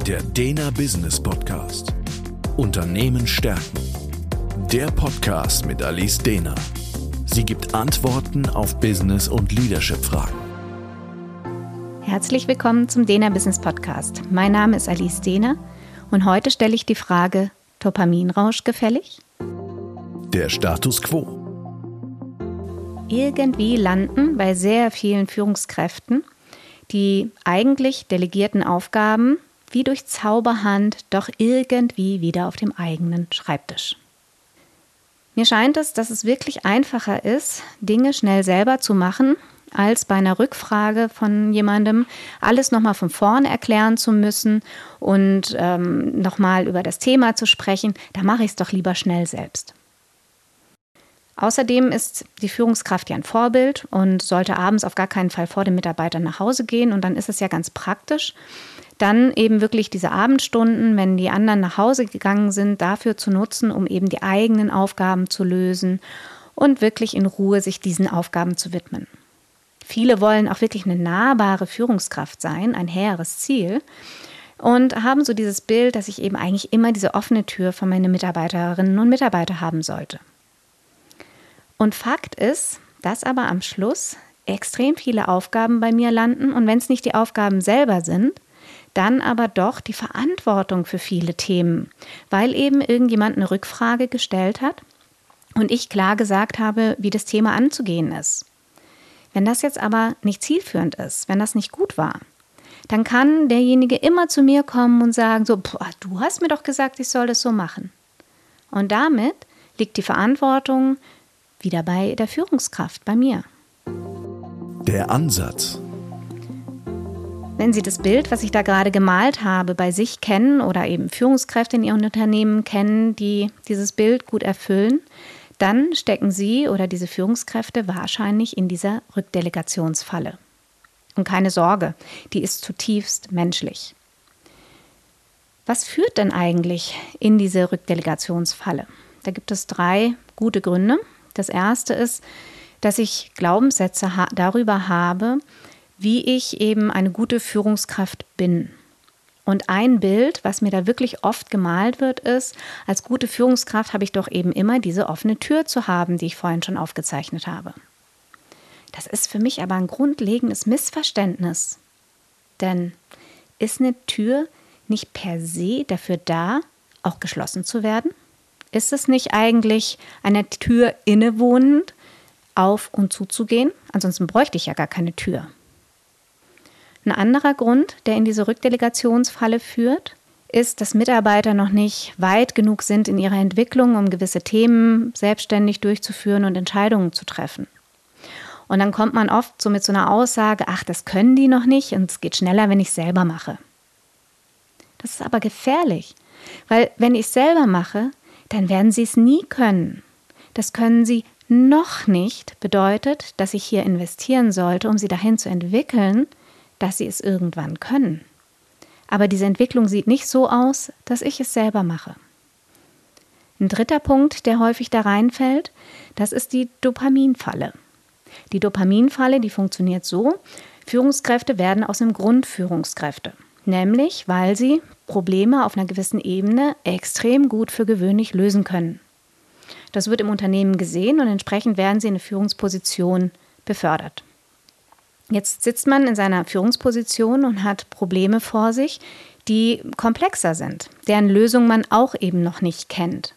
Der Dena Business Podcast. Unternehmen stärken. Der Podcast mit Alice Dena. Sie gibt Antworten auf Business- und Leadership-Fragen. Herzlich willkommen zum Dena Business Podcast. Mein Name ist Alice Dena und heute stelle ich die Frage: Dopaminrausch gefällig? Der Status quo. Irgendwie landen bei sehr vielen Führungskräften die eigentlich delegierten Aufgaben wie durch Zauberhand doch irgendwie wieder auf dem eigenen Schreibtisch. Mir scheint es, dass es wirklich einfacher ist, Dinge schnell selber zu machen, als bei einer Rückfrage von jemandem alles nochmal von vorne erklären zu müssen und nochmal über das Thema zu sprechen. Da mache ich es doch lieber schnell selbst. Außerdem ist die Führungskraft ja ein Vorbild und sollte abends auf gar keinen Fall vor den Mitarbeitern nach Hause gehen. Und dann ist es ja ganz praktisch, dann eben wirklich diese Abendstunden, wenn die anderen nach Hause gegangen sind, dafür zu nutzen, um eben die eigenen Aufgaben zu lösen und wirklich in Ruhe sich diesen Aufgaben zu widmen. Viele wollen auch wirklich eine nahbare Führungskraft sein, ein hehres Ziel, und haben so dieses Bild, dass ich eben eigentlich immer diese offene Tür für meine Mitarbeiterinnen und Mitarbeiter haben sollte. Und Fakt ist, dass aber am Schluss extrem viele Aufgaben bei mir landen und wenn es nicht die Aufgaben selber sind, dann aber doch die Verantwortung für viele Themen, weil eben irgendjemand eine Rückfrage gestellt hat und ich klar gesagt habe, wie das Thema anzugehen ist. Wenn das jetzt aber nicht zielführend ist, wenn das nicht gut war, dann kann derjenige immer zu mir kommen und sagen, so, du hast mir doch gesagt, ich soll das so machen. Und damit liegt die Verantwortung wieder bei der Führungskraft, bei mir. Der Ansatz. Wenn Sie das Bild, was ich da gerade gemalt habe, bei sich kennen oder eben Führungskräfte in Ihren Unternehmen kennen, die dieses Bild gut erfüllen, dann stecken Sie oder diese Führungskräfte wahrscheinlich in dieser Rückdelegationsfalle. Und keine Sorge, die ist zutiefst menschlich. Was führt denn eigentlich in diese Rückdelegationsfalle? Da gibt es 3 gute Gründe. Das erste ist, dass ich Glaubenssätze darüber habe, wie ich eben eine gute Führungskraft bin. Und ein Bild, was mir da wirklich oft gemalt wird, ist, als gute Führungskraft habe ich doch eben immer diese offene Tür zu haben, die ich vorhin schon aufgezeichnet habe. Das ist für mich aber ein grundlegendes Missverständnis. Denn ist eine Tür nicht per se dafür da, auch geschlossen zu werden? Ist es nicht eigentlich einer Tür innewohnend, auf und zuzugehen? Ansonsten bräuchte ich ja gar keine Tür. Ein anderer Grund, der in diese Rückdelegationsfalle führt, ist, dass Mitarbeiter noch nicht weit genug sind in ihrer Entwicklung, um gewisse Themen selbstständig durchzuführen und Entscheidungen zu treffen. Und dann kommt man oft so mit so einer Aussage, ach, das können die noch nicht und es geht schneller, wenn ich es selber mache. Das ist aber gefährlich, weil wenn ich es selber mache, dann werden sie es nie können. Das können sie noch nicht, bedeutet, dass ich hier investieren sollte, um sie dahin zu entwickeln, dass sie es irgendwann können. Aber diese Entwicklung sieht nicht so aus, dass ich es selber mache. Ein dritter Punkt, der häufig da reinfällt, das ist die Dopaminfalle. Die Dopaminfalle, die funktioniert so: Führungskräfte werden aus dem Grund Führungskräfte. Nämlich, weil sie Probleme auf einer gewissen Ebene extrem gut für gewöhnlich lösen können. Das wird im Unternehmen gesehen und entsprechend werden sie in eine Führungsposition befördert. Jetzt sitzt man in seiner Führungsposition und hat Probleme vor sich, die komplexer sind, deren Lösung man auch eben noch nicht kennt.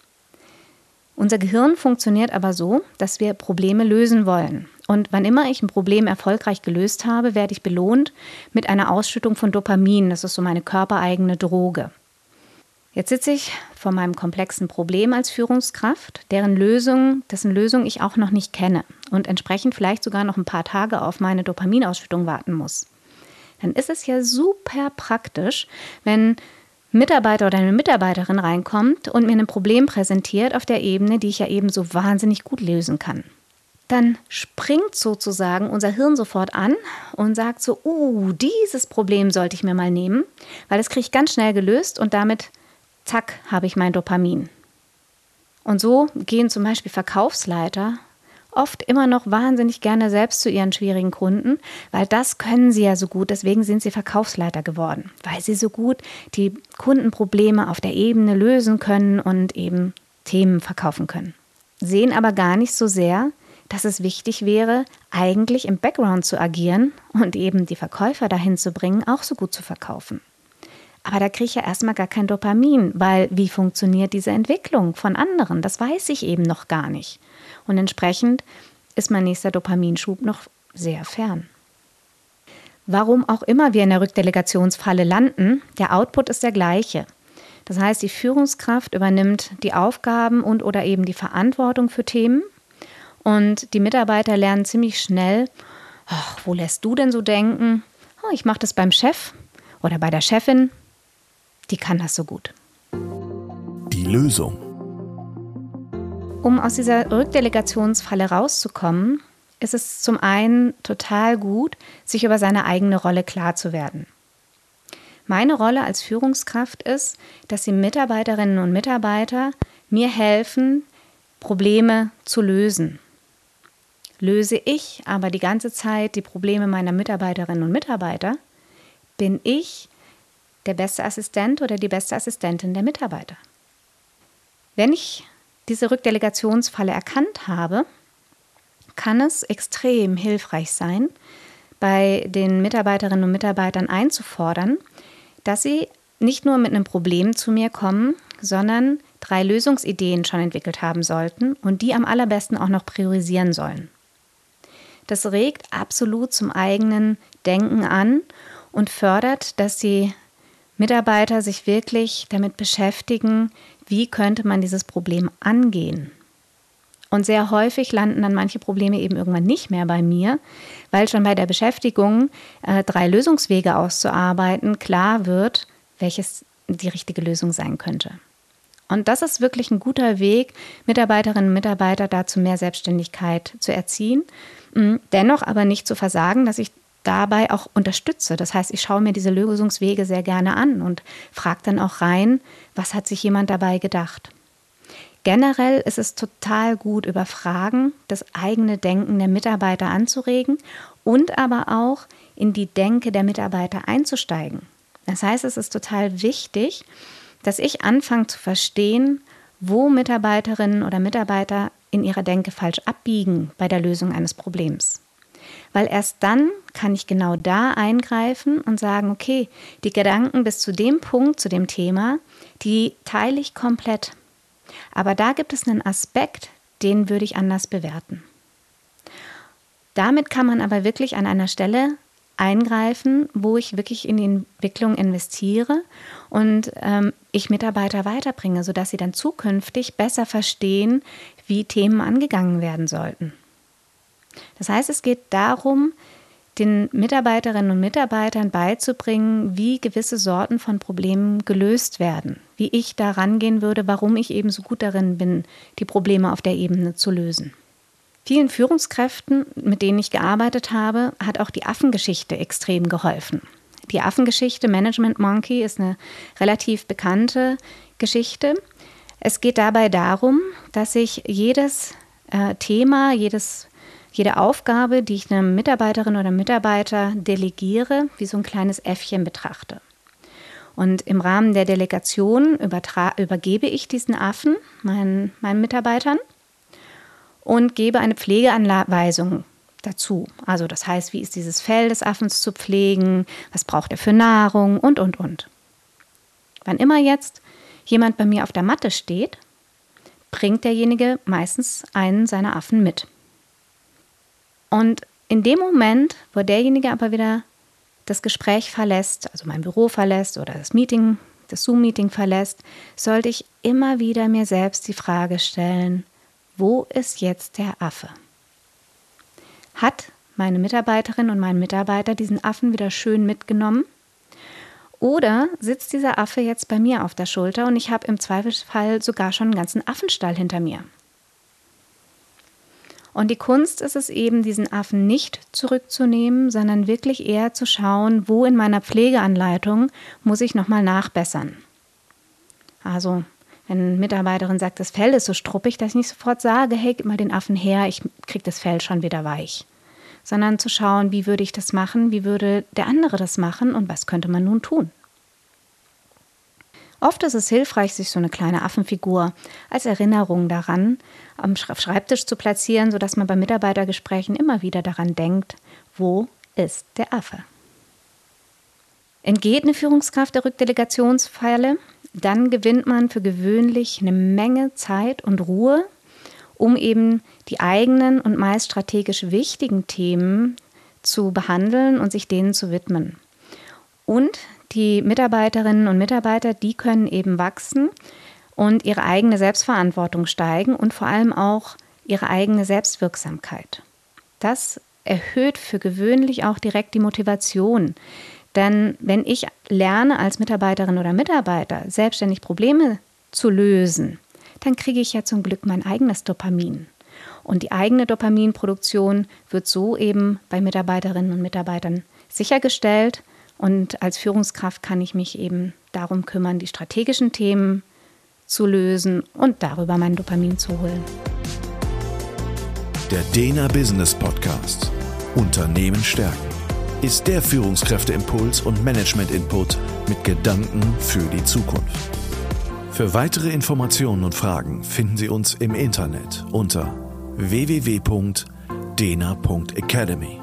Unser Gehirn funktioniert aber so, dass wir Probleme lösen wollen. Und wann immer ich ein Problem erfolgreich gelöst habe, werde ich belohnt mit einer Ausschüttung von Dopamin. Das ist so meine körpereigene Droge. Jetzt sitze ich vor meinem komplexen Problem als Führungskraft, dessen Lösung ich auch noch nicht kenne und entsprechend vielleicht sogar noch ein paar Tage auf meine Dopaminausschüttung warten muss. Dann ist es ja super praktisch, wenn Mitarbeiter oder eine Mitarbeiterin reinkommt und mir ein Problem präsentiert auf der Ebene, die ich ja eben so wahnsinnig gut lösen kann. Dann springt sozusagen unser Hirn sofort an und sagt so, dieses Problem sollte ich mir mal nehmen, weil das kriege ich ganz schnell gelöst und damit, zack, habe ich mein Dopamin. Und so gehen zum Beispiel Verkaufsleiter oft immer noch wahnsinnig gerne selbst zu ihren schwierigen Kunden, weil das können sie ja so gut, deswegen sind sie Verkaufsleiter geworden, weil sie so gut die Kundenprobleme auf der Ebene lösen können und eben Themen verkaufen können. Sehen aber gar nicht so sehr, dass es wichtig wäre, eigentlich im Background zu agieren und eben die Verkäufer dahin zu bringen, auch so gut zu verkaufen. Aber da kriege ich ja erstmal gar kein Dopamin, weil wie funktioniert diese Entwicklung von anderen? Das weiß ich eben noch gar nicht. Und entsprechend ist mein nächster Dopaminschub noch sehr fern. Warum auch immer wir in der Rückdelegationsfalle landen, der Output ist der gleiche. Das heißt, die Führungskraft übernimmt die Aufgaben und oder eben die Verantwortung für Themen und die Mitarbeiter lernen ziemlich schnell, ach, wo lässt du denn so denken? Oh, ich mache das beim Chef oder bei der Chefin, die kann das so gut. Die Lösung. Um aus dieser Rückdelegationsfalle rauszukommen, ist es zum einen total gut, sich über seine eigene Rolle klar zu werden. Meine Rolle als Führungskraft ist, dass die Mitarbeiterinnen und Mitarbeiter mir helfen, Probleme zu lösen. Löse ich aber die ganze Zeit die Probleme meiner Mitarbeiterinnen und Mitarbeiter, bin ich der beste Assistent oder die beste Assistentin der Mitarbeiter. Wenn ich diese Rückdelegationsfalle erkannt habe, kann es extrem hilfreich sein, bei den Mitarbeiterinnen und Mitarbeitern einzufordern, dass sie nicht nur mit einem Problem zu mir kommen, sondern 3 Lösungsideen schon entwickelt haben sollten und die am allerbesten auch noch priorisieren sollen. Das regt absolut zum eigenen Denken an und fördert, dass die Mitarbeiter sich wirklich damit beschäftigen, wie könnte man dieses Problem angehen. Und sehr häufig landen dann manche Probleme eben irgendwann nicht mehr bei mir, weil schon bei der Beschäftigung 3 Lösungswege auszuarbeiten klar wird, welches die richtige Lösung sein könnte. Und das ist wirklich ein guter Weg, Mitarbeiterinnen und Mitarbeiter dazu mehr Selbstständigkeit zu erziehen. Dennoch aber nicht zu versagen, dass ich dabei auch unterstütze. Das heißt, ich schaue mir diese Lösungswege sehr gerne an und frage dann auch rein, was hat sich jemand dabei gedacht. Generell ist es total gut, über Fragen das eigene Denken der Mitarbeiter anzuregen und aber auch in die Denke der Mitarbeiter einzusteigen. Das heißt, es ist total wichtig, dass ich anfange zu verstehen, wo Mitarbeiterinnen oder Mitarbeiter in ihrer Denke falsch abbiegen bei der Lösung eines Problems. Weil erst dann kann ich genau da eingreifen und sagen, okay, die Gedanken bis zu dem Punkt, zu dem Thema, die teile ich komplett. Aber da gibt es einen Aspekt, den würde ich anders bewerten. Damit kann man aber wirklich an einer Stelle eingreifen, wo ich wirklich in die Entwicklung investiere und ich Mitarbeiter weiterbringe, sodass sie dann zukünftig besser verstehen, wie Themen angegangen werden sollten. Das heißt, es geht darum, den Mitarbeiterinnen und Mitarbeitern beizubringen, wie gewisse Sorten von Problemen gelöst werden, wie ich da rangehen würde, warum ich eben so gut darin bin, die Probleme auf der Ebene zu lösen. Vielen Führungskräften, mit denen ich gearbeitet habe, hat auch die Affengeschichte extrem geholfen. Die Affengeschichte Management Monkey ist eine relativ bekannte Geschichte. Es geht dabei darum, dass ich jedes Thema, jede Aufgabe, die ich einem Mitarbeiterin oder Mitarbeiter delegiere, wie so ein kleines Äffchen betrachte. Und im Rahmen der Delegation übergebe ich diesen Affen meinen Mitarbeitern und gebe eine Pflegeanweisung dazu. Also das heißt, wie ist dieses Fell des Affens zu pflegen, was braucht er für Nahrung und. Wann immer jetzt jemand bei mir auf der Matte steht, bringt derjenige meistens einen seiner Affen mit. Und in dem Moment, wo derjenige aber wieder das Gespräch verlässt, also mein Büro verlässt oder das Zoom-Meeting verlässt, sollte ich immer wieder mir selbst die Frage stellen, wo ist jetzt der Affe? Hat meine Mitarbeiterin und mein Mitarbeiter diesen Affen wieder schön mitgenommen? Oder sitzt dieser Affe jetzt bei mir auf der Schulter und ich habe im Zweifelsfall sogar schon einen ganzen Affenstall hinter mir? Und die Kunst ist es eben, diesen Affen nicht zurückzunehmen, sondern wirklich eher zu schauen, wo in meiner Pflegeanleitung muss ich nochmal nachbessern. Also Wenn eine Mitarbeiterin sagt, das Fell ist so struppig, dass ich nicht sofort sage, hey, gib mal den Affen her, ich kriege das Fell schon wieder weich. Sondern zu schauen, wie würde ich das machen, wie würde der andere das machen und was könnte man nun tun. Oft ist es hilfreich, sich so eine kleine Affenfigur als Erinnerung daran am Schreibtisch zu platzieren, sodass man bei Mitarbeitergesprächen immer wieder daran denkt, wo ist der Affe? Entgeht eine Führungskraft der Rückdelegationsfalle, dann gewinnt man für gewöhnlich eine Menge Zeit und Ruhe, um eben die eigenen und meist strategisch wichtigen Themen zu behandeln und sich denen zu widmen. Und die Mitarbeiterinnen und Mitarbeiter, die können eben wachsen und ihre eigene Selbstverantwortung steigen und vor allem auch ihre eigene Selbstwirksamkeit. Das erhöht für gewöhnlich auch direkt die Motivation. Denn wenn ich lerne als Mitarbeiterin oder Mitarbeiter selbstständig Probleme zu lösen, dann kriege ich ja zum Glück mein eigenes Dopamin. Und die eigene Dopaminproduktion wird so eben bei Mitarbeiterinnen und Mitarbeitern sichergestellt. Und als Führungskraft kann ich mich eben darum kümmern, die strategischen Themen zu lösen und darüber mein Dopamin zu holen. Der Dena Business Podcast Unternehmen stärken ist der Führungskräfteimpuls und Management-Input mit Gedanken für die Zukunft. Für weitere Informationen und Fragen finden Sie uns im Internet unter www.dena.academy.